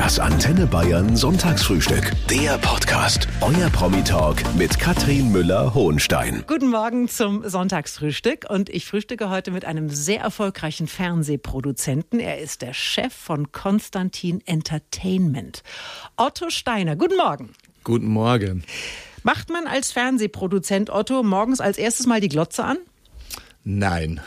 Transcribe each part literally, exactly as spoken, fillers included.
Das Antenne Bayern Sonntagsfrühstück. Der Podcast. Euer Promi-Talk mit Katrin Müller-Hohenstein. Guten Morgen zum Sonntagsfrühstück. Und ich frühstücke heute mit einem sehr erfolgreichen Fernsehproduzenten. Er ist der Chef von Konstantin Entertainment. Otto Steiner. Guten Morgen. Guten Morgen. Macht man als Fernsehproduzent, Otto, morgens als erstes mal die Glotze an? Nein,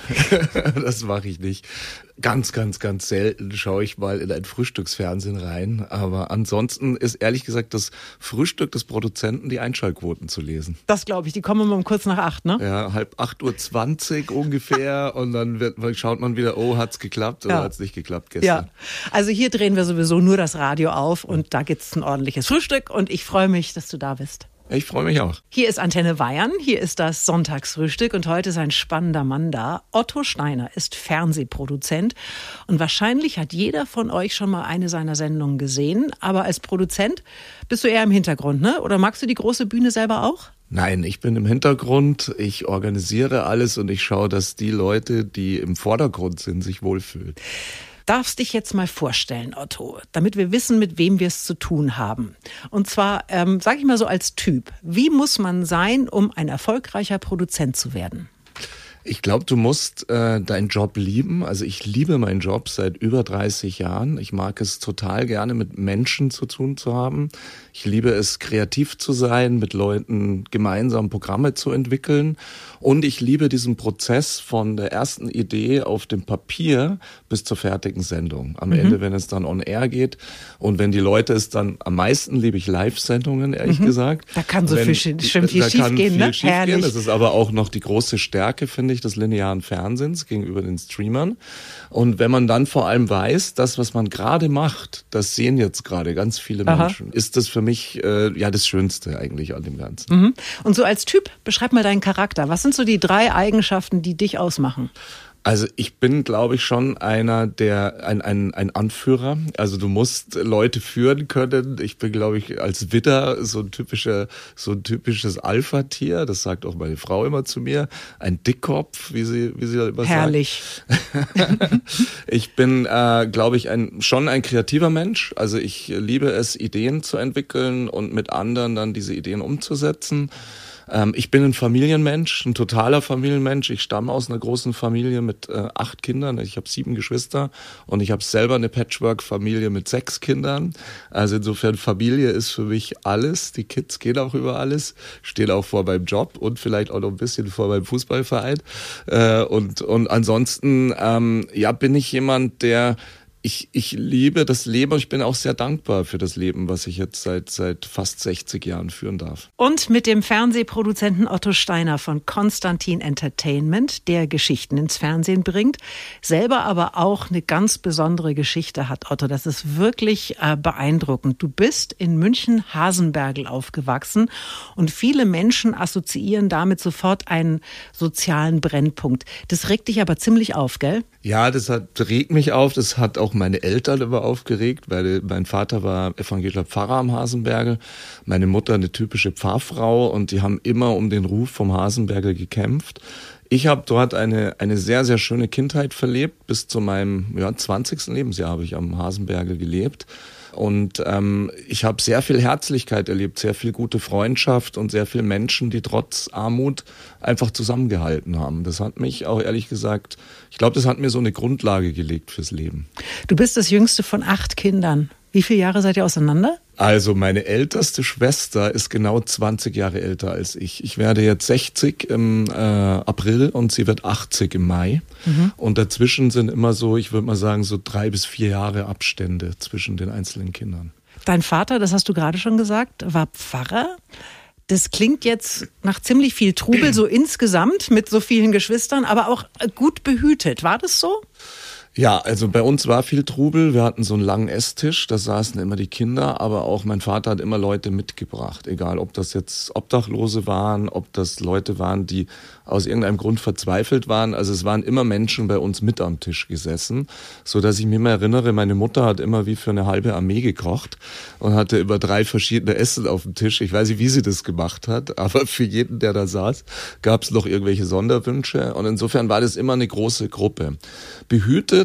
das mache ich nicht. Ganz, ganz, ganz selten schaue ich mal in ein Frühstücksfernsehen rein. Aber ansonsten ist ehrlich gesagt das Frühstück des Produzenten die Einschaltquoten zu lesen. Das glaube ich, die kommen immer um kurz nach acht, ne? Ja, halb acht Uhr zwanzig ungefähr und dann wird, schaut man wieder, oh, hat's geklappt oder ja. hat's nicht geklappt gestern? Ja, also hier drehen wir sowieso nur das Radio auf und da gibt's ein ordentliches Frühstück und ich freue mich, dass du da bist. Ich freue mich auch. Hier ist Antenne Bayern, hier ist das Sonntagsfrühstück und heute ist ein spannender Mann da. Otto Steiner ist Fernsehproduzent und wahrscheinlich hat jeder von euch schon mal eine seiner Sendungen gesehen. Aber als Produzent bist du eher im Hintergrund, ne? Oder magst du die große Bühne selber auch? Nein, ich bin im Hintergrund, ich organisiere alles und ich schaue, dass die Leute, die im Vordergrund sind, sich wohlfühlen. Darfst dich jetzt mal vorstellen, Otto, damit wir wissen, mit wem wir es zu tun haben. Und zwar, ähm, sage ich mal so als Typ, wie muss man sein, um ein erfolgreicher Produzent zu werden? Ich glaube, du musst äh, deinen Job lieben. Also ich liebe meinen Job seit über dreißig Jahren. Ich mag es total gerne, mit Menschen zu tun zu haben. Ich liebe es, kreativ zu sein, mit Leuten gemeinsam Programme zu entwickeln. Und ich liebe diesen Prozess von der ersten Idee auf dem Papier bis zur fertigen Sendung. Am mhm. Ende, wenn es dann on air geht. Und wenn die Leute es dann, am meisten liebe ich Live-Sendungen, ehrlich mhm. gesagt. Da kann so wenn, viel, schon viel da schief kann gehen, viel ne? Schief Herrlich. gehen. Das ist aber auch noch die große Stärke, finde ich, des linearen Fernsehens gegenüber den Streamern. Und wenn man dann vor allem weiß, das, was man gerade macht, das sehen jetzt gerade ganz viele Aha. Menschen, ist das für mich äh, ja das Schönste eigentlich an dem Ganzen. Mhm. Und so als Typ, beschreib mal deinen Charakter. Was sind so die drei Eigenschaften, die dich ausmachen? Also ich bin, glaube ich, schon einer, der ein, ein, ein Anführer. Also du musst Leute führen können. Ich bin, glaube ich, als Widder so ein typischer, so ein typisches Alpha-Tier. Das sagt auch meine Frau immer zu mir. Ein Dickkopf, wie sie, wie sie immer Herrlich. sagt. Herrlich. Ich bin, äh, glaube ich, ein schon ein kreativer Mensch. Also ich liebe es, Ideen zu entwickeln und mit anderen dann diese Ideen umzusetzen. Ich bin ein Familienmensch, ein totaler Familienmensch. Ich stamme aus einer großen Familie mit äh, acht Kindern. Ich habe sieben Geschwister und ich habe selber eine Patchwork-Familie mit sechs Kindern. Also insofern, Familie ist für mich alles. Die Kids gehen auch über alles, stehen auch vor meinem Job und vielleicht auch noch ein bisschen vor meinem Fußballverein. Äh, und, und ansonsten ähm, ja, bin ich jemand, der Ich, ich liebe das Leben und ich bin auch sehr dankbar für das Leben, was ich jetzt seit, seit fast sechzig Jahren führen darf. Und mit dem Fernsehproduzenten Otto Steiner von Konstantin Entertainment, der Geschichten ins Fernsehen bringt, selber aber auch eine ganz besondere Geschichte hat, Otto. Das ist wirklich äh, beeindruckend. Du bist in München-Hasenbergl aufgewachsen und viele Menschen assoziieren damit sofort einen sozialen Brennpunkt. Das regt dich aber ziemlich auf, gell? Ja, das hat, regt mich auf. Das hat auch meine Eltern immer aufgeregt, weil mein Vater war evangelischer Pfarrer am Hasenbergl, meine Mutter eine typische Pfarrfrau und die haben immer um den Ruf vom Hasenbergl gekämpft. Ich habe dort eine eine sehr, sehr schöne Kindheit verlebt. Bis zu meinem ja, zwanzigsten Lebensjahr habe ich am Hasenbergl gelebt. Und ähm, ich habe sehr viel Herzlichkeit erlebt, sehr viel gute Freundschaft und sehr viele Menschen, die trotz Armut einfach zusammengehalten haben. Das hat mich auch ehrlich gesagt, ich glaube, das hat mir so eine Grundlage gelegt fürs Leben. Du bist das jüngste von acht Kindern. Wie viele Jahre seid ihr auseinander? Also meine älteste Schwester ist genau zwanzig Jahre älter als ich. Ich werde jetzt sechzig im äh, April und sie wird achtzig im Mai. Mhm. Und dazwischen sind immer so, ich würde mal sagen, so drei bis vier Jahre Abstände zwischen den einzelnen Kindern. Dein Vater, das hast du gerade schon gesagt, war Pfarrer. Das klingt jetzt nach ziemlich viel Trubel, so insgesamt mit so vielen Geschwistern, aber auch gut behütet. War das so? Ja, also bei uns war viel Trubel. Wir hatten so einen langen Esstisch, da saßen immer die Kinder, aber auch mein Vater hat immer Leute mitgebracht. Egal, ob das jetzt Obdachlose waren, ob das Leute waren, die aus irgendeinem Grund verzweifelt waren. Also es waren immer Menschen bei uns mit am Tisch gesessen, so dass ich mich immer erinnere, meine Mutter hat immer wie für eine halbe Armee gekocht und hatte über drei verschiedene Essen auf dem Tisch. Ich weiß nicht, wie sie das gemacht hat, aber für jeden, der da saß, gab es noch irgendwelche Sonderwünsche und insofern war das immer eine große Gruppe. Behütet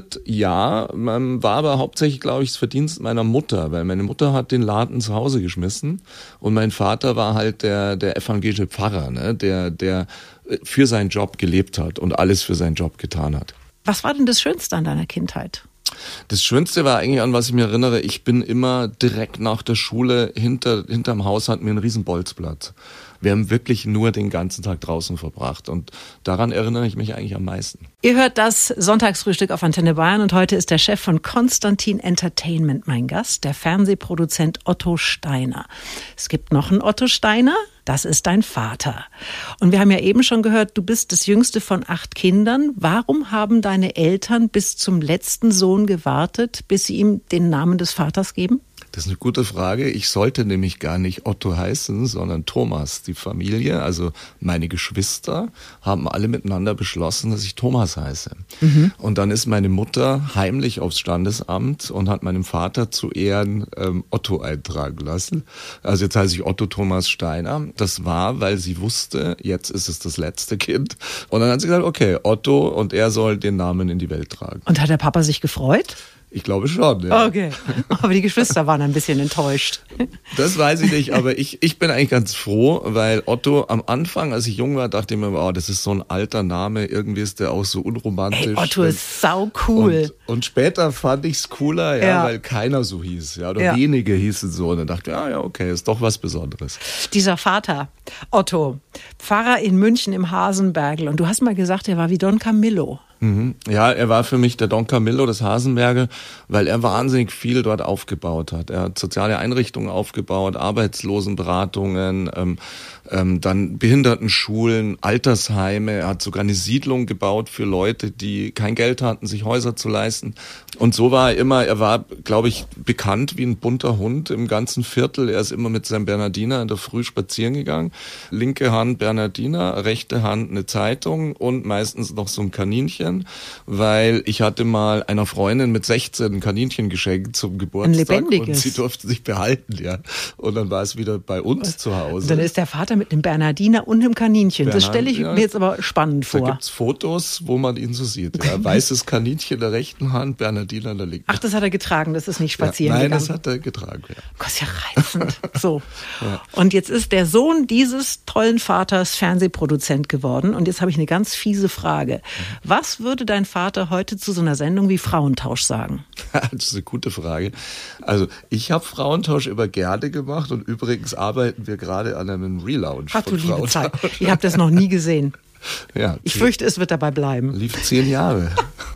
gearbeitet, ja, war aber hauptsächlich, glaube ich, das Verdienst meiner Mutter, weil meine Mutter hat den Laden zu Hause geschmissen und mein Vater war halt der, der evangelische Pfarrer, ne, der, der für seinen Job gelebt hat und alles für seinen Job getan hat. Was war denn das Schönste an deiner Kindheit? Das Schönste war eigentlich, an was ich mich erinnere, ich bin immer direkt nach der Schule, hinter, hinterm Haus hatten wir einen riesen Bolzplatz. Wir haben wirklich nur den ganzen Tag draußen verbracht und daran erinnere ich mich eigentlich am meisten. Ihr hört das Sonntagsfrühstück auf Antenne Bayern und heute ist der Chef von Constantin Entertainment mein Gast, der Fernsehproduzent Otto Steiner. Es gibt noch einen Otto Steiner, das ist dein Vater. Und wir haben ja eben schon gehört, du bist das jüngste von acht Kindern. Warum haben deine Eltern bis zum letzten Sohn gewartet, bis sie ihm den Namen des Vaters geben? Das ist eine gute Frage. Ich sollte nämlich gar nicht Otto heißen, sondern Thomas. Die Familie, also meine Geschwister, haben alle miteinander beschlossen, dass ich Thomas heiße. Mhm. Und dann ist meine Mutter heimlich aufs Standesamt und hat meinem Vater zu Ehren ähm, Otto eintragen lassen. Also jetzt heiße ich Otto Thomas Steiner. Das war, weil sie wusste, jetzt ist es das letzte Kind. Und dann hat sie gesagt, okay, Otto, und er soll den Namen in die Welt tragen. Und hat der Papa sich gefreut? Ich glaube schon, ja. Okay, aber die Geschwister waren ein bisschen enttäuscht. Das weiß ich nicht, aber ich, ich bin eigentlich ganz froh, weil Otto am Anfang, als ich jung war, dachte ich mir, oh, das ist so ein alter Name, irgendwie ist der auch so unromantisch. Ey, Otto ist sau cool. Und, und später fand ich's cooler, ja, ja, weil keiner so hieß, ja, oder ja. wenige hießen so. Und dann dachte ich, ja, ja, okay, ist doch was Besonderes. Dieser Vater, Otto, Pfarrer in München im Hasenbergl, und du hast mal gesagt, er war wie Don Camillo. Ja, er war für mich der Don Camillo des Hasenbergl, weil er wahnsinnig viel dort aufgebaut hat. Er hat soziale Einrichtungen aufgebaut, Arbeitslosenberatungen, ähm, ähm, dann Behindertenschulen, Altersheime. Er hat sogar eine Siedlung gebaut für Leute, die kein Geld hatten, sich Häuser zu leisten. Und so war er immer, er war, glaube ich, bekannt wie ein bunter Hund im ganzen Viertel. Er ist immer mit seinem Bernardiner in der Früh spazieren gegangen. Linke Hand Bernardiner, rechte Hand eine Zeitung und meistens noch so ein Kaninchen. Weil ich hatte mal einer Freundin mit sechzehn ein Kaninchen geschenkt zum Geburtstag. Ein lebendiges. Und sie durfte sich behalten, ja. Und dann war es wieder bei uns Was? zu Hause. Und dann ist der Vater mit einem Bernardiner und einem Kaninchen. Bernhard, das stelle ich ja, mir jetzt aber spannend vor. Da gibt's Fotos, wo man ihn so sieht. Ja. Weißes Kaninchen in der rechten Hand, Bernardiner in der linken. Ach, das hat er getragen, das ist nicht spazieren ja, nein, gegangen. Nein, das hat er getragen, ja. Gott, ist ja reizend. So. Ja. Und jetzt ist der Sohn dieses tollen Vaters Fernsehproduzent geworden. Und jetzt habe ich eine ganz fiese Frage. Was würde dein Vater heute zu so einer Sendung wie Frauentausch sagen? Das ist eine gute Frage. Also ich habe Frauentausch immer gerne gemacht und übrigens arbeiten wir gerade an einem Relaunch Ach, von Frauentausch. Ach du liebe Zeit, ich habe das noch nie gesehen. Ja, ich fürchte, es wird dabei bleiben. Lief zehn Jahre.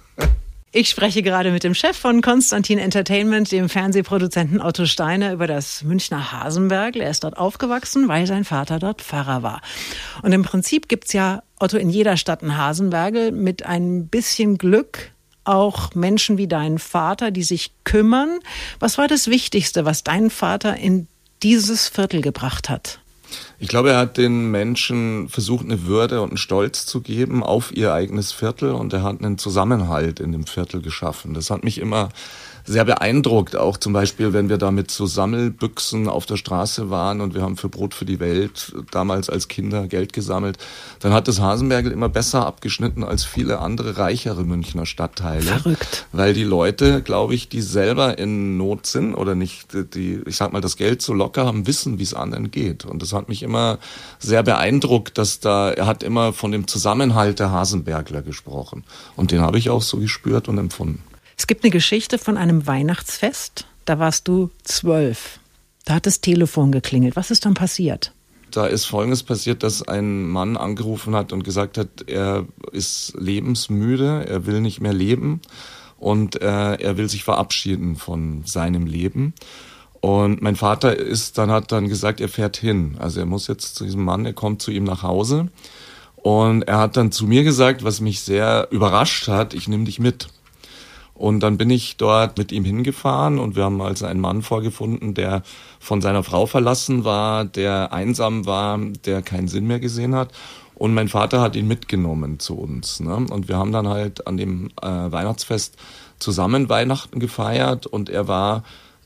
Ich spreche gerade mit dem Chef von Constantin Entertainment, dem Fernsehproduzenten Otto Steiner, über das Münchner Hasenbergl. Er ist dort aufgewachsen, weil sein Vater dort Pfarrer war. Und im Prinzip gibt's ja, Otto, in jeder Stadt ein Hasenbergl, mit ein bisschen Glück auch Menschen wie dein Vater, die sich kümmern. Was war das Wichtigste, was dein Vater in dieses Viertel gebracht hat? Ich glaube, er hat den Menschen versucht, eine Würde und einen Stolz zu geben auf ihr eigenes Viertel und er hat einen Zusammenhalt in dem Viertel geschaffen. Das hat mich immer sehr beeindruckt, auch zum Beispiel, wenn wir da mit so Sammelbüchsen auf der Straße waren und wir haben für Brot für die Welt damals als Kinder Geld gesammelt, dann hat das Hasenbergl immer besser abgeschnitten als viele andere reichere Münchner Stadtteile. Verrückt. Weil die Leute, glaube ich, die selber in Not sind oder nicht, die, ich sag mal, das Geld so locker haben, wissen, wie es anderen geht. Und das hat mich immer sehr beeindruckt, dass da, er hat immer von dem Zusammenhalt der Hasenbergler gesprochen. Und den habe ich auch so gespürt und empfunden. Es gibt eine Geschichte von einem Weihnachtsfest, da warst du zwölf. Da hat das Telefon geklingelt. Was ist dann passiert? Da ist Folgendes passiert, dass ein Mann angerufen hat und gesagt hat, er ist lebensmüde, er will nicht mehr leben und äh, er will sich verabschieden von seinem Leben. Und mein Vater ist dann hat dann gesagt, er fährt hin. Also er muss jetzt zu diesem Mann, er kommt zu ihm nach Hause. Und er hat dann zu mir gesagt, was mich sehr überrascht hat, ich nehme dich mit. Und dann bin ich dort mit ihm hingefahren und wir haben also einen Mann vorgefunden, der von seiner Frau verlassen war, der einsam war, der keinen Sinn mehr gesehen hat. Und mein Vater hat ihn mitgenommen zu uns, ne? Und wir haben dann halt an dem äh, Weihnachtsfest zusammen Weihnachten gefeiert und er war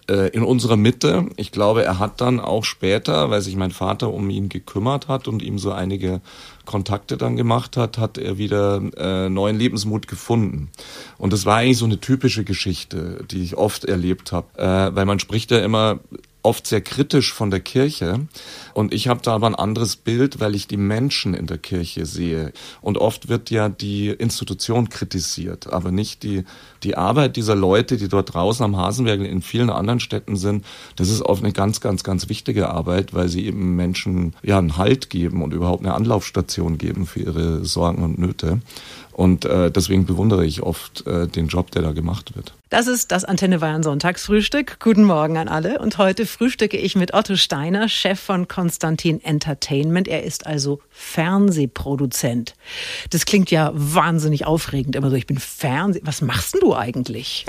äh, in unserer Mitte. Ich glaube, er hat dann auch später, weil sich mein Vater um ihn gekümmert hat und ihm so einige Kontakte dann gemacht hat, hat er wieder äh, neuen Lebensmut gefunden. Und das war eigentlich so eine typische Geschichte, die ich oft erlebt habe, äh, weil man spricht ja immer oft sehr kritisch von der Kirche und ich habe da aber ein anderes Bild, weil ich die Menschen in der Kirche sehe und oft wird ja die Institution kritisiert, aber nicht die die Arbeit dieser Leute, die dort draußen am Hasenberg in vielen anderen Städten sind. Das ist oft eine ganz, ganz, ganz wichtige Arbeit, weil sie eben Menschen ja einen Halt geben und überhaupt eine Anlaufstation geben für ihre Sorgen und Nöte. Und äh, deswegen bewundere ich oft äh, den Job, der da gemacht wird. Das ist das Antenne Bayern Sonntagsfrühstück. Guten Morgen an alle. Und heute frühstücke ich mit Otto Steiner, Chef von Constantin Entertainment. Er ist also Fernsehproduzent. Das klingt ja wahnsinnig aufregend. Immer so, ich bin Fernseh... Was machst denn du eigentlich?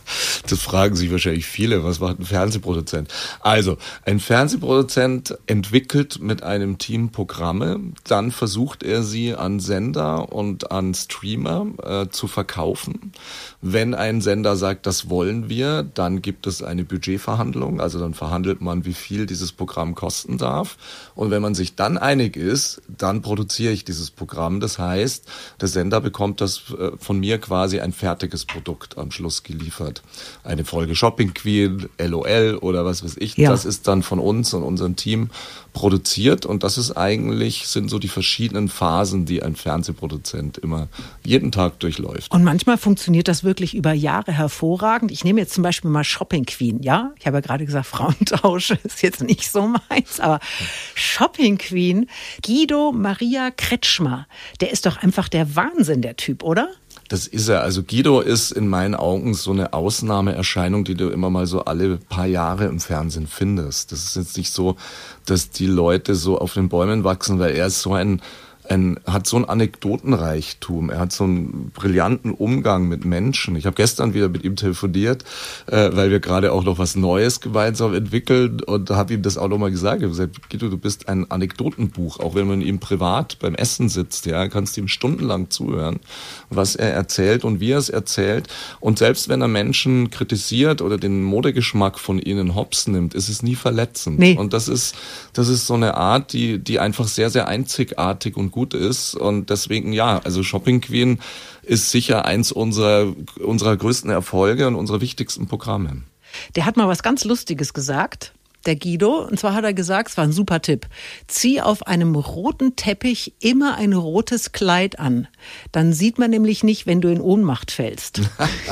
Das fragen sich wahrscheinlich viele. Was macht ein Fernsehproduzent? Also, ein Fernsehproduzent entwickelt mit einem Team Programme. Dann versucht er sie an Sender und an Streamer äh, zu verkaufen. Wenn ein Sender sagt, das wollen wir, dann gibt es eine Budgetverhandlung, also dann verhandelt man, wie viel dieses Programm kosten darf. Und wenn man sich dann einig ist, dann produziere ich dieses Programm. Das heißt, der Sender bekommt das äh, von mir quasi ein fertiges Produkt am Schluss geliefert. Eine Folge Shopping Queen, L O L oder was weiß ich, ja. Das ist dann von uns und unserem Team produziert und das ist eigentlich, sind so die verschiedenen Phasen, die ein Fernsehproduzent immer jeden Tag durchläuft. Und manchmal funktioniert das wirklich über Jahre hervorragend. Ich nehme jetzt zum Beispiel mal Shopping Queen, ja? Ich habe ja gerade gesagt, Frauentausch ist jetzt nicht so meins, aber Shopping Queen, Guido Maria Kretschmer, der ist doch einfach der Wahnsinn, der Typ, oder? Das ist er. Also Guido ist in meinen Augen so eine Ausnahmeerscheinung, die du immer mal so alle paar Jahre im Fernsehen findest. Das ist jetzt nicht so, dass die Leute so auf den Bäumen wachsen, weil er ist so ein Ein, hat so einen Anekdotenreichtum, er hat so einen brillanten Umgang mit Menschen. Ich habe gestern wieder mit ihm telefoniert, äh, weil wir gerade auch noch was Neues gemeinsam entwickeln und habe ihm das auch nochmal gesagt. Ich habe gesagt, Guido, du bist ein Anekdotenbuch, auch wenn man ihm privat beim Essen sitzt, ja, kannst ihm stundenlang zuhören, was er erzählt und wie er es erzählt. Und selbst wenn er Menschen kritisiert oder den Modegeschmack von ihnen hops nimmt, ist es nie verletzend. Nee. Und das ist, das ist so eine Art, die, die einfach sehr, sehr einzigartig und gut gut ist und deswegen ja, also Shopping Queen ist sicher eins unserer, unserer größten Erfolge und unserer wichtigsten Programme. Der hat mal was ganz Lustiges gesagt, der Guido, und zwar hat er gesagt, es war ein super Tipp, zieh auf einem roten Teppich immer ein rotes Kleid an. Dann sieht man nämlich nicht, wenn du in Ohnmacht fällst.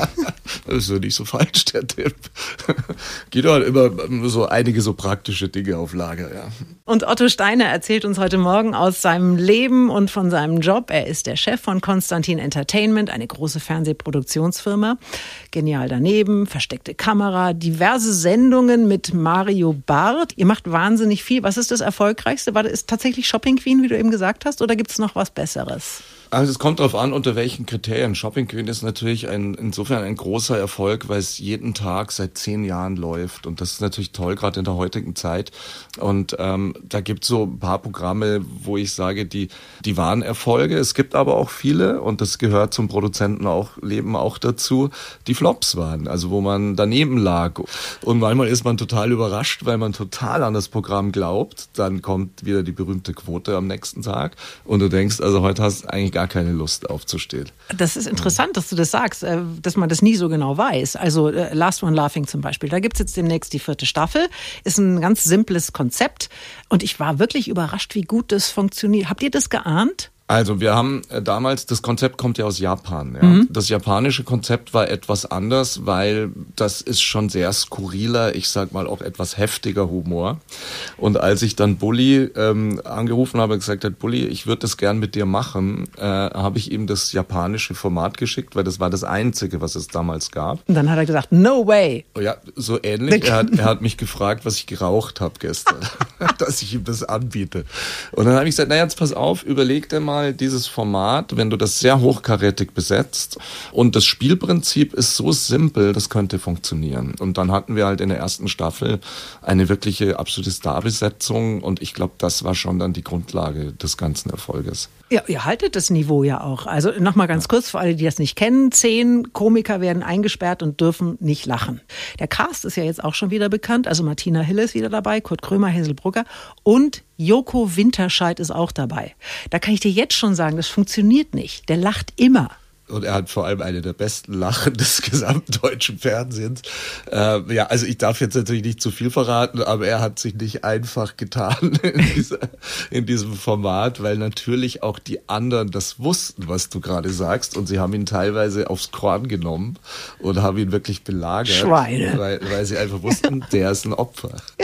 Das ist ja nicht so falsch, der Tipp. Guido hat immer so einige so praktische Dinge auf Lager, ja. Und Otto Steiner erzählt uns heute Morgen aus seinem Leben und von seinem Job. Er ist der Chef von Constantin Entertainment, eine große Fernsehproduktionsfirma. Genial daneben, versteckte Kamera, diverse Sendungen mit Mario Barth. Ihr macht wahnsinnig viel. Was ist das Erfolgreichste? War das tatsächlich Shopping Queen, wie du eben gesagt hast, oder gibt es noch was Besseres? Also es kommt darauf an, unter welchen Kriterien. Shopping Queen ist natürlich ein, insofern ein großer Erfolg, weil es jeden Tag seit zehn Jahren läuft. Und das ist natürlich toll, gerade in der heutigen Zeit. Und ähm, da gibt es so ein paar Programme, wo ich sage, die, die waren Erfolge. Es gibt aber auch viele, und das gehört zum Produzenten auch, Leben auch dazu, die Flops waren. Also wo man daneben lag. Und manchmal ist man total überrascht, weil man total an das Programm glaubt. Dann kommt wieder die berühmte Quote am nächsten Tag. Und du denkst, also heute hast du eigentlich gar keine Lust aufzustehen. Das ist interessant, dass du das sagst, dass man das nie so genau weiß. Also Last One Laughing zum Beispiel, da gibt es jetzt demnächst die vierte Staffel. Ist ein ganz simples Konzept und ich war wirklich überrascht, wie gut das funktioniert. Habt ihr das geahnt? Also wir haben äh, damals, das Konzept kommt ja aus Japan. Ja. Mhm. Das japanische Konzept war etwas anders, weil das ist schon sehr skurriler, ich sag mal auch etwas heftiger Humor. Und als ich dann Bulli ähm, angerufen habe und gesagt hat, Bulli, ich würde das gern mit dir machen, äh, habe ich ihm das japanische Format geschickt, weil das war das Einzige, was es damals gab. Und dann hat er gesagt, no way. Ja, so ähnlich. Er hat, er hat mich gefragt, was ich geraucht habe gestern. dass ich ihm das anbiete. Und dann habe ich gesagt, naja, jetzt pass auf, überleg dir mal dieses Format, wenn du das sehr hochkarätig besetzt und das Spielprinzip ist so simpel, das könnte funktionieren. Und dann hatten wir halt in der ersten Staffel eine wirkliche absolute Starbesetzung und ich glaube, das war schon dann die Grundlage des ganzen Erfolges. Ja, ihr haltet das Niveau ja auch. Also nochmal ganz kurz für alle, die das nicht kennen. Zehn Komiker werden eingesperrt und dürfen nicht lachen. Der Cast ist ja jetzt auch schon wieder bekannt. Also Martina Hille ist wieder dabei, Kurt Krömer, Hazel Brugger und Joko Winterscheid ist auch dabei. Da kann ich dir jetzt schon sagen, das funktioniert nicht. Der lacht immer. Und er hat vor allem eine der besten Lachen des gesamten deutschen Fernsehens. Äh, ja, also ich darf jetzt natürlich nicht zu viel verraten, aber er hat sich nicht einfach getan in, dieser, in diesem Format, weil natürlich auch die anderen das wussten, was du gerade sagst. Und sie haben ihn teilweise aufs Korn genommen und haben ihn wirklich belagert. Schweine. Weil, weil sie einfach wussten, der ist ein Opfer. Ja.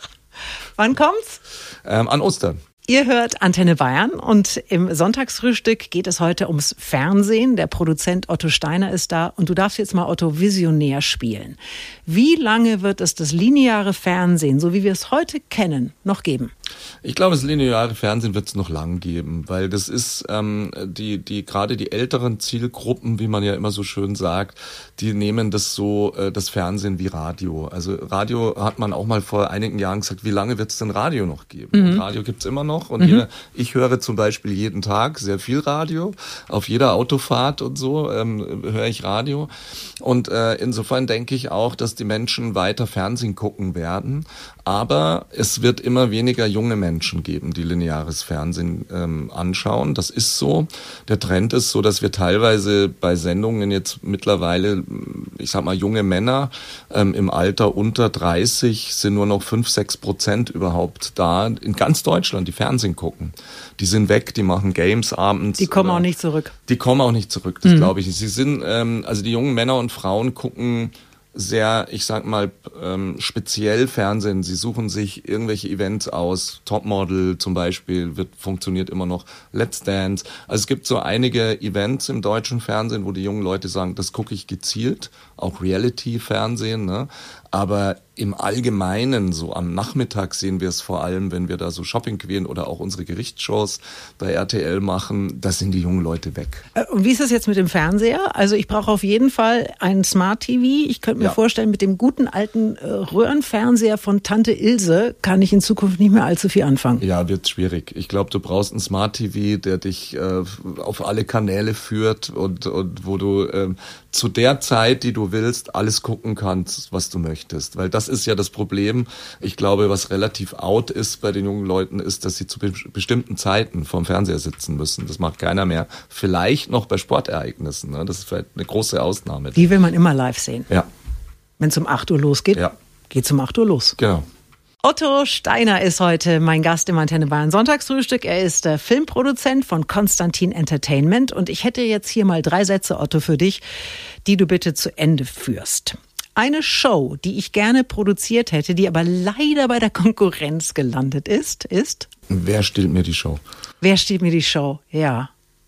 Wann kommt's? Ähm, an Ostern. Ihr hört Antenne Bayern und im Sonntagsfrühstück geht es heute ums Fernsehen. Der Produzent Otto Steiner ist da und du darfst jetzt mal Otto Visionär spielen. Wie lange wird es das lineare Fernsehen, so wie wir es heute kennen, noch geben? Ich glaube, das lineare Fernsehen wird es noch lang geben, weil das ist ähm, die die gerade die älteren Zielgruppen, wie man ja immer so schön sagt, die nehmen das so äh, das Fernsehen wie Radio. Also Radio hat man auch mal vor einigen Jahren gesagt, wie lange wird es denn Radio noch geben? Mhm. Und Radio gibt's immer noch und mhm. jeder, ich höre zum Beispiel jeden Tag sehr viel Radio, auf jeder Autofahrt und so ähm, höre ich Radio und äh, insofern denke ich auch, dass die Menschen weiter Fernsehen gucken werden, aber es wird immer weniger junge Menschen geben, die lineares Fernsehen ähm, anschauen. Das ist so. Der Trend ist so, dass wir teilweise bei Sendungen jetzt mittlerweile, ich sag mal, junge Männer ähm, im Alter unter dreißig sind nur noch fünf, sechs Prozent überhaupt da in ganz Deutschland, die Fernsehen gucken. Die sind weg, die machen Games abends. Die kommen auch nicht zurück. Die kommen auch nicht zurück, das mhm. glaube ich nicht. Sie sind, ähm, also die jungen Männer und Frauen gucken sehr, ich sag mal, ähm, speziell Fernsehen. Sie suchen sich irgendwelche Events aus. Topmodel zum Beispiel wird funktioniert immer noch. Let's Dance. Also es gibt so einige Events im deutschen Fernsehen, wo die jungen Leute sagen, das gucke ich gezielt. Auch Reality-Fernsehen, ne? Aber im Allgemeinen, so am Nachmittag sehen wir es vor allem, wenn wir da so Shopping Queen oder auch unsere Gerichtsshows bei R T L machen, da sind die jungen Leute weg. Und wie ist es jetzt mit dem Fernseher? Also ich brauche auf jeden Fall einen Smart T V. Ich könnte mir ja. vorstellen, mit dem guten alten äh, Röhrenfernseher von Tante Ilse kann ich in Zukunft nicht mehr allzu viel anfangen. Ja, wird schwierig. Ich glaube, du brauchst einen Smart T V, der dich äh, auf alle Kanäle führt und, und wo du äh, zu der Zeit, die du willst, alles gucken kannst, was du möchtest. Weil das ist ja das Problem. Ich glaube, was relativ out ist bei den jungen Leuten, ist, dass sie zu be- bestimmten Zeiten vorm Fernseher sitzen müssen. Das macht keiner mehr. Vielleicht noch bei Sportereignissen. Ne? Das ist vielleicht eine große Ausnahme. Die will man immer live sehen. Ja. Wenn es um acht Uhr losgeht, ja. geht es um acht Uhr los. Genau. Otto Steiner ist heute mein Gast im Antenne Bayern Sonntagsfrühstück. Er ist der Filmproduzent von Constantin Entertainment. Und ich hätte jetzt hier mal drei Sätze, Otto, für dich, die du bitte zu Ende führst. Eine Show, die ich gerne produziert hätte, die aber leider bei der Konkurrenz gelandet ist, ist? Wer stiehlt mir die Show? Wer stiehlt mir die Show? Ja.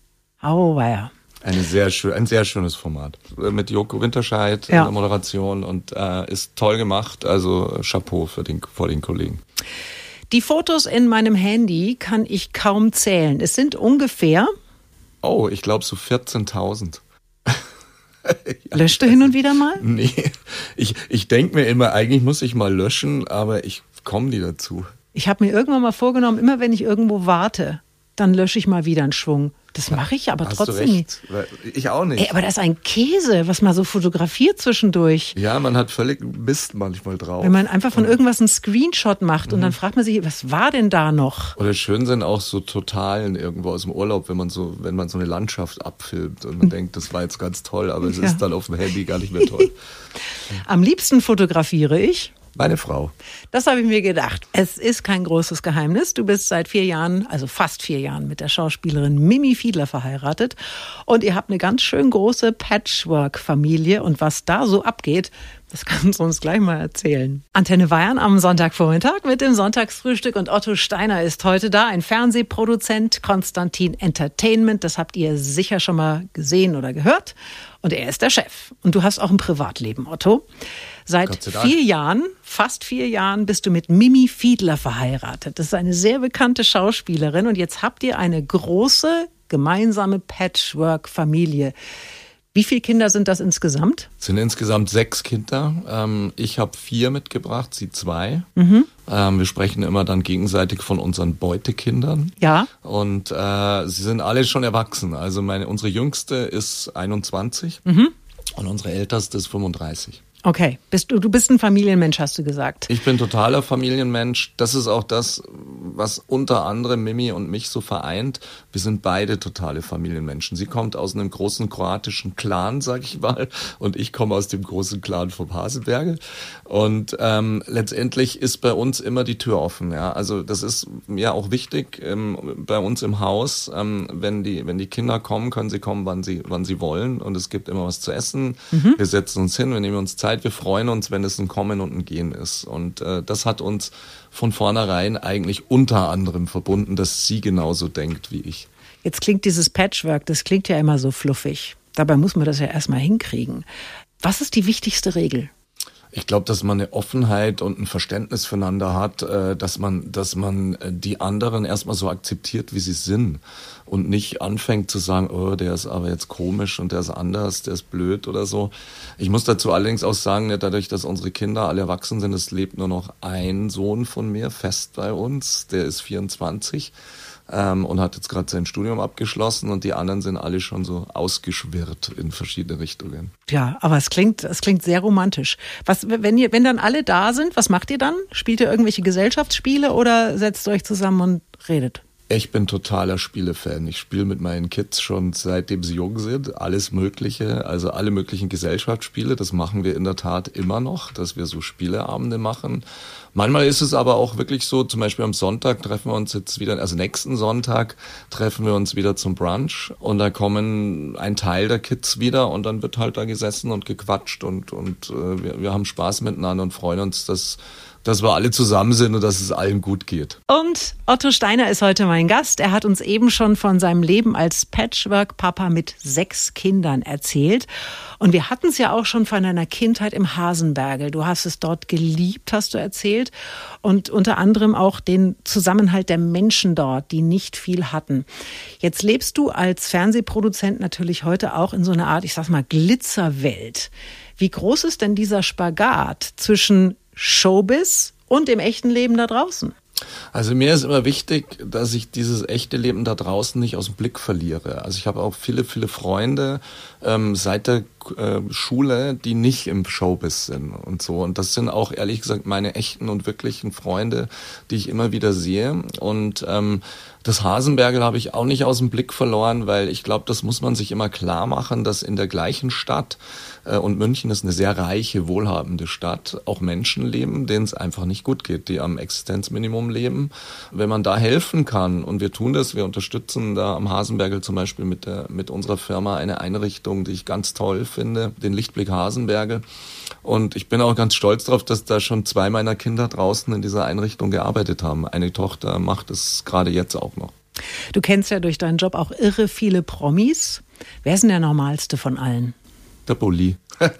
Auweia. Eine sehr schön, ein sehr schönes Format. Mit Joko Winterscheid ja. in der Moderation und äh, ist toll gemacht. Also Chapeau für den, vor den Kollegen. Die Fotos in meinem Handy kann ich kaum zählen. Es sind ungefähr... Oh, ich glaube so vierzehntausend. Ja, löscht du hin und wieder mal? Nee, ich, ich denke mir immer, eigentlich muss ich mal löschen, aber ich komme nie dazu. Ich habe mir irgendwann mal vorgenommen, immer wenn ich irgendwo warte, dann lösche ich mal wieder einen Schwung. Das mache ich aber Hast trotzdem nicht. Ich auch nicht. Ey, aber das ist ein Käse, was man so fotografiert zwischendurch. Ja, man hat völlig Mist manchmal drauf. Wenn man einfach von irgendwas einen Screenshot macht mhm. und dann fragt man sich, was war denn da noch? Oder schön sind auch so Totalen irgendwo aus dem Urlaub, wenn man so, wenn man so eine Landschaft abfilmt und man denkt, das war jetzt ganz toll, aber es ja. ist dann auf dem Handy gar nicht mehr toll. Am liebsten fotografiere ich meine Frau. Das habe ich mir gedacht. Es ist kein großes Geheimnis. Du bist seit vier Jahren, also fast vier Jahren, mit der Schauspielerin Mimi Fiedler verheiratet. Und ihr habt eine ganz schön große Patchwork-Familie. Und was da so abgeht, Das kannst du uns gleich mal erzählen. Antenne Bayern am Sonntagvormittag mit dem Sonntagsfrühstück und Otto Steiner ist heute da, ein Fernsehproduzent, Constantin Entertainment. Das habt ihr sicher schon mal gesehen oder gehört. Und er ist der Chef. Und du hast auch ein Privatleben, Otto. Seit vier Jahren, fast vier Jahren, bist du mit Mimi Fiedler verheiratet. Das ist eine sehr bekannte Schauspielerin. Und jetzt habt ihr eine große gemeinsame Patchwork-Familie. Wie viele Kinder sind das insgesamt? Es sind insgesamt sechs Kinder. Ähm, ich habe vier mitgebracht, sie zwei. Mhm. Ähm, wir sprechen immer dann gegenseitig von unseren Beutekindern. Ja. Und äh, sie sind alle schon erwachsen. Also meine, unsere Jüngste ist einundzwanzig mhm. und unsere Älteste ist fünfunddreißig. Okay, bist du, du bist ein Familienmensch, hast du gesagt. Ich bin totaler Familienmensch. Das ist auch das, was unter anderem Mimi und mich so vereint. Wir sind beide totale Familienmenschen. Sie kommt aus einem großen kroatischen Clan, sag ich mal, und ich komme aus dem großen Clan vom Hasenberge. Und ähm, letztendlich ist bei uns immer die Tür offen. Ja, also das ist mir auch wichtig ähm, bei uns im Haus. Ähm, wenn die wenn die Kinder kommen, können sie kommen, wann sie wann sie wollen. Und es gibt immer was zu essen. Mhm. Wir setzen uns hin, wir nehmen uns Zeit. Wir freuen uns, wenn es ein Kommen und ein Gehen ist. Und äh, das hat uns von vornherein eigentlich unter anderem verbunden, dass sie genauso denkt wie ich. Jetzt klingt dieses Patchwork, das klingt ja immer so fluffig. Dabei muss man das ja erstmal hinkriegen. Was ist die wichtigste Regel? Ich glaube, dass man eine Offenheit und ein Verständnis füreinander hat, dass man, dass man die anderen erstmal so akzeptiert, wie sie sind und nicht anfängt zu sagen, oh, der ist aber jetzt komisch und der ist anders, der ist blöd oder so. Ich muss dazu allerdings auch sagen, dadurch, dass unsere Kinder alle erwachsen sind, es lebt nur noch ein Sohn von mir fest bei uns, der ist vierundzwanzig. Ähm, und hat jetzt gerade sein Studium abgeschlossen und die anderen sind alle schon so ausgeschwirrt in verschiedene Richtungen. Ja, aber es klingt, es klingt sehr romantisch. Was, wenn ihr, wenn dann alle da sind, was macht ihr dann? Spielt ihr irgendwelche Gesellschaftsspiele oder setzt ihr euch zusammen und redet? Ich bin totaler Spielefan. Ich spiele mit meinen Kids schon seitdem sie jung sind. Alles Mögliche, also alle möglichen Gesellschaftsspiele. Das machen wir in der Tat immer noch, dass wir so Spieleabende machen. Manchmal ist es aber auch wirklich so, zum Beispiel am Sonntag treffen wir uns jetzt wieder, also nächsten Sonntag treffen wir uns wieder zum Brunch und da kommen ein Teil der Kids wieder und dann wird halt da gesessen und gequatscht und, und äh, wir, wir haben Spaß miteinander und freuen uns, dass dass wir alle zusammen sind und dass es allen gut geht. Und Otto Steiner ist heute mein Gast. Er hat uns eben schon von seinem Leben als Patchwork-Papa mit sechs Kindern erzählt. Und wir hatten es ja auch schon von deiner Kindheit im Hasenbergel. Du hast es dort geliebt, hast du erzählt. Und unter anderem auch den Zusammenhalt der Menschen dort, die nicht viel hatten. Jetzt lebst du als Fernsehproduzent natürlich heute auch in so einer Art, ich sag mal, Glitzerwelt. Wie groß ist denn dieser Spagat zwischen Showbiz und im echten Leben da draußen? Also mir ist immer wichtig, dass ich dieses echte Leben da draußen nicht aus dem Blick verliere. Also ich habe auch viele, viele Freunde ähm, seit der äh, Schule, die nicht im Showbiz sind und so. Und das sind auch ehrlich gesagt meine echten und wirklichen Freunde, die ich immer wieder sehe. Und ähm, das Hasenbergel habe ich auch nicht aus dem Blick verloren, weil ich glaube, das muss man sich immer klar machen, dass in der gleichen Stadt, äh, und München ist eine sehr reiche, wohlhabende Stadt, auch Menschen leben, denen es einfach nicht gut geht, die am Existenzminimum leben. Wenn man da helfen kann, und wir tun das, wir unterstützen da am Hasenbergel zum Beispiel mit der, mit unserer Firma eine Einrichtung, die ich ganz toll finde, den Lichtblick Hasenbergel. Und ich bin auch ganz stolz darauf, dass da schon zwei meiner Kinder draußen in dieser Einrichtung gearbeitet haben. Eine Tochter macht es gerade jetzt auch noch. Du kennst ja durch deinen Job auch irre viele Promis. Wer ist denn der normalste von allen? Der Bulli.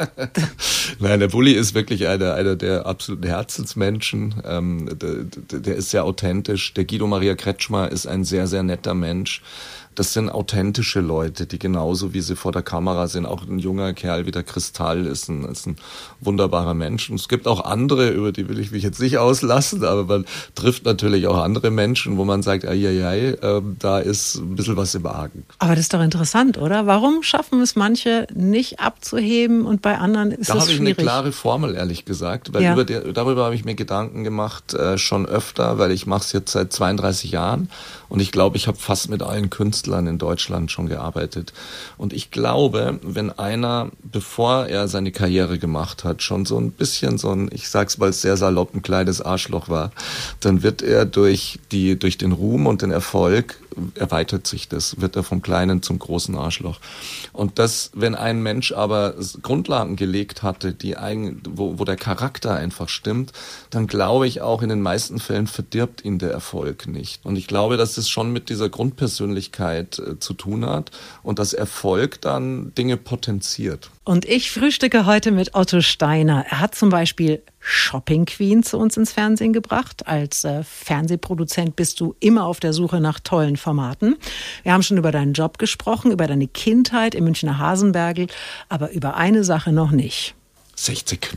Nein, der Bulli ist wirklich einer, einer der absoluten Herzensmenschen. Ähm, der, der ist sehr authentisch. Der Guido Maria Kretschmer ist ein sehr, sehr netter Mensch. Das sind authentische Leute, die genauso wie sie vor der Kamera sind. Auch ein junger Kerl wie der Kristall ist ein, ist ein wunderbarer Mensch. Und es gibt auch andere, über die will ich mich jetzt nicht auslassen, aber man trifft natürlich auch andere Menschen, wo man sagt, ai, ai, ai, äh, da ist ein bisschen was im Argen. Aber das ist doch interessant, oder? Warum schaffen es manche nicht abzuheben und bei anderen ist es schwierig? Da habe ich eine klare Formel, ehrlich gesagt. Weil ja. über der, darüber habe ich mir Gedanken gemacht, äh, schon öfter, weil ich mache es jetzt seit zweiunddreißig Jahren. Und ich glaube, ich habe fast mit allen Künstlern in Deutschland schon gearbeitet. Und ich glaube, wenn einer, bevor er seine Karriere gemacht hat, schon so ein bisschen so ein, ich sag's mal sehr salopp, ein kleines Arschloch war, dann wird er durch die, durch den Ruhm und den Erfolg erweitert sich das, wird er vom kleinen zum großen Arschloch. Und das, wenn ein Mensch aber Grundlagen gelegt hatte, die eigen, wo, wo der Charakter einfach stimmt, dann glaube ich auch in den meisten Fällen verdirbt ihn der Erfolg nicht. Und ich glaube, dass es schon mit dieser Grundpersönlichkeit äh, zu tun hat und dass Erfolg dann Dinge potenziert. Und ich frühstücke heute mit Otto Steiner. Er hat zum Beispiel Shopping Queen zu uns ins Fernsehen gebracht. Als äh, Fernsehproduzent bist du immer auf der Suche nach tollen Formaten. Wir haben schon über deinen Job gesprochen, über deine Kindheit im Münchner Hasenbergl, aber über eine Sache noch nicht. sechzig.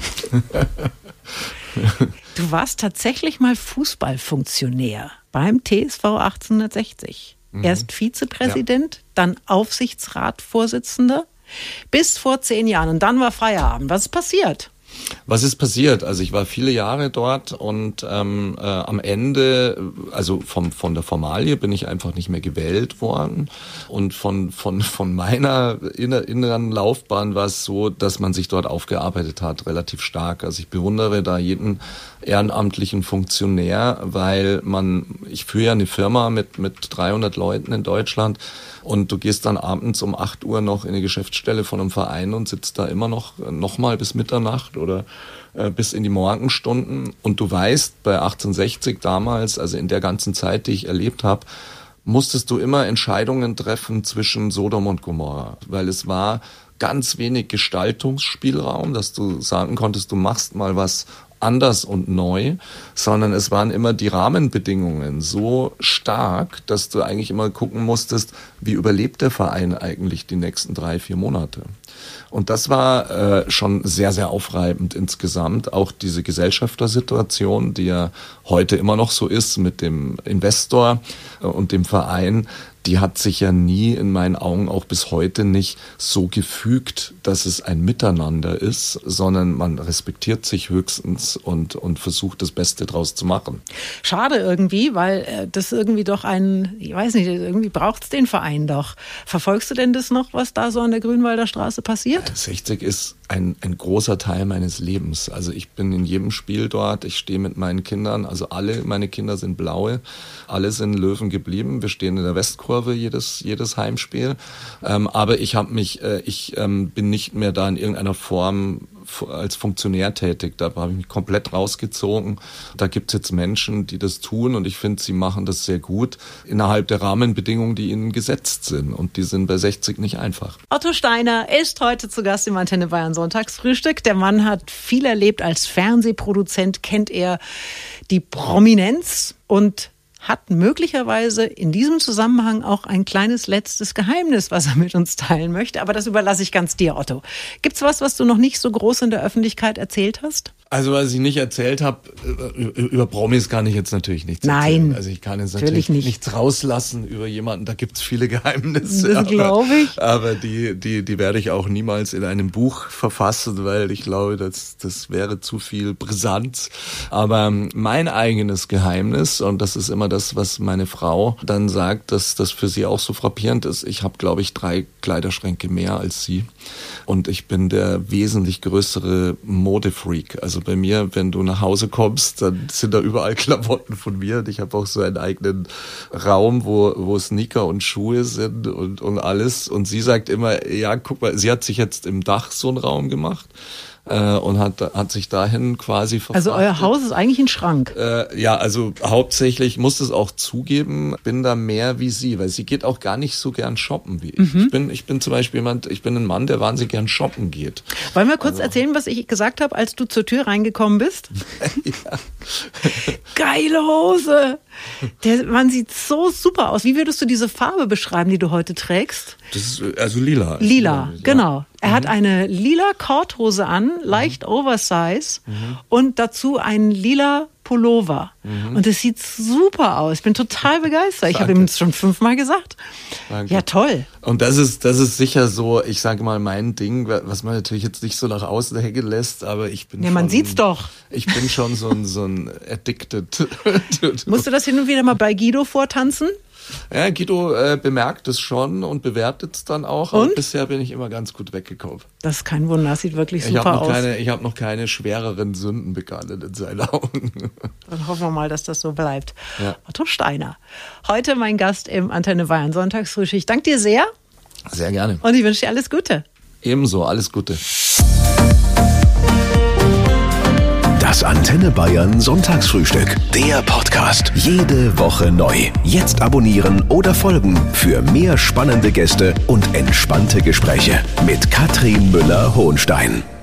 Du warst tatsächlich mal Fußballfunktionär beim T S V achtzehnhundertsechzig. Mhm. Erst Vizepräsident, ja. Dann Aufsichtsratsvorsitzender. Bis vor zehn Jahren. Und dann war Feierabend. Was ist passiert? Was ist passiert? Also ich war viele Jahre dort und ähm, äh, am Ende, also vom, von der Formalie bin ich einfach nicht mehr gewählt worden. Und von, von, von meiner inner, inneren Laufbahn war es so, dass man sich dort aufgearbeitet hat, relativ stark. Also ich bewundere da jeden ehrenamtlichen Funktionär, weil man, ich führe ja eine Firma mit, mit dreihundert Leuten in Deutschland und du gehst dann abends um acht Uhr noch in eine Geschäftsstelle von einem Verein und sitzt da immer noch, noch mal bis Mitternacht oder äh, bis in die Morgenstunden. Und du weißt, bei achtzehnhundertsechzig damals, also in der ganzen Zeit, die ich erlebt habe, musstest du immer Entscheidungen treffen zwischen Sodom und Gomorra, weil es war ganz wenig Gestaltungsspielraum, dass du sagen konntest, du machst mal was anders und neu, sondern es waren immer die Rahmenbedingungen so stark, dass du eigentlich immer gucken musstest, wie überlebt der Verein eigentlich die nächsten drei, vier Monate. Und das war äh, schon sehr, sehr aufreibend insgesamt. Auch diese Gesellschaftersituation, die ja heute immer noch so ist mit dem Investor äh, und dem Verein, die hat sich ja nie in meinen Augen auch bis heute nicht so gefügt, dass es ein Miteinander ist, sondern man respektiert sich höchstens und, und versucht, das Beste draus zu machen. Schade irgendwie, weil äh, das irgendwie doch ein, ich weiß nicht, irgendwie braucht es den Verein doch. Verfolgst du denn das noch, was da so an der Grünwalder Straße passiert? sechzig ist ein, ein großer Teil meines Lebens. Also ich bin in jedem Spiel dort, ich stehe mit meinen Kindern, also alle meine Kinder sind blaue, alle sind Löwen geblieben. Wir stehen in der Westkurve jedes, jedes Heimspiel. Ähm, aber ich habe mich, äh, ich ähm, bin nicht mehr da in irgendeiner Form als Funktionär tätig. Da habe ich mich komplett rausgezogen. Da gibt es jetzt Menschen, die das tun und ich finde, sie machen das sehr gut innerhalb der Rahmenbedingungen, die ihnen gesetzt sind. Und die sind bei sechzig nicht einfach. Otto Steiner ist heute zu Gast im Antenne Bayern Sonntagsfrühstück. Der Mann hat viel erlebt als Fernsehproduzent, kennt er die Prominenz und hat möglicherweise in diesem Zusammenhang auch ein kleines letztes Geheimnis, was er mit uns teilen möchte. Aber das überlasse ich ganz dir, Otto. Gibt's was, was du noch nicht so groß in der Öffentlichkeit erzählt hast? Also was ich nicht erzählt habe, über Promis kann ich jetzt natürlich nichts Nein, erzählen. Also ich kann jetzt natürlich, natürlich nicht. nichts rauslassen über jemanden, da gibt's viele Geheimnisse. Das glaube ich. Aber die, die, die werde ich auch niemals in einem Buch verfassen, weil ich glaube, das, das wäre zu viel Brisanz. Aber mein eigenes Geheimnis, und das ist immer das, was meine Frau dann sagt, dass das für sie auch so frappierend ist. Ich habe, glaube ich, drei Kleiderschränke mehr als sie. Und ich bin der wesentlich größere Modefreak. Also bei mir, wenn du nach Hause kommst, dann sind da überall Klamotten von mir. Und ich habe auch so einen eigenen Raum, wo, wo Sneaker und Schuhe sind und, und alles. Und sie sagt immer, ja, guck mal, sie hat sich jetzt im Dach so einen Raum gemacht. Äh, und hat, hat sich dahin quasi verfrachtet. Also euer Haus ist eigentlich ein Schrank? Äh, ja, also hauptsächlich, muss es auch zugeben, bin da mehr wie sie, weil sie geht auch gar nicht so gern shoppen wie ich. Mhm. Ich bin, ich bin zum Beispiel jemand, ich bin ein Mann, der wahnsinnig gern shoppen geht. Wollen wir kurz also erzählen, was ich gesagt habe, als du zur Tür reingekommen bist? Ja. Geile Hose! Der Mann sieht so super aus. Wie würdest du diese Farbe beschreiben, die du heute trägst? Das ist also lila. Lila, ja. Genau. Er mhm. hat eine lila Korthose an, leicht mhm. Oversize mhm. und dazu einen lila Pullover. Mhm. Und es sieht super aus. Ich bin total begeistert. Ich habe ihm das schon fünfmal gesagt. Danke. Ja, toll. Und das ist, das ist sicher so, ich sage mal, mein Ding, was man natürlich jetzt nicht so nach außen hängen lässt, aber ich bin ja, schon... man sieht's doch. Ich bin schon so ein, so ein Addicted. Musst du das hin und wieder mal bei Guido vortanzen? Ja, Guido äh, bemerkt es schon und bewertet es dann auch. Und? Aber bisher bin ich immer ganz gut weggekommen. Das ist kein Wunder, das sieht wirklich ich super noch aus. Keine, ich habe noch keine schwereren Sünden begangen in seinen Augen. Dann hoffen wir mal, dass das so bleibt. Ja. Otto Steiner, heute mein Gast im Antenne Bayern Sonntagsfrühstück. Ich danke dir sehr. Sehr gerne. Und ich wünsche dir alles Gute. Ebenso, alles Gute. Das Antenne Bayern Sonntagsfrühstück. Der Podcast. Jede Woche neu. Jetzt abonnieren oder folgen für mehr spannende Gäste und entspannte Gespräche mit Katrin Müller-Hohenstein.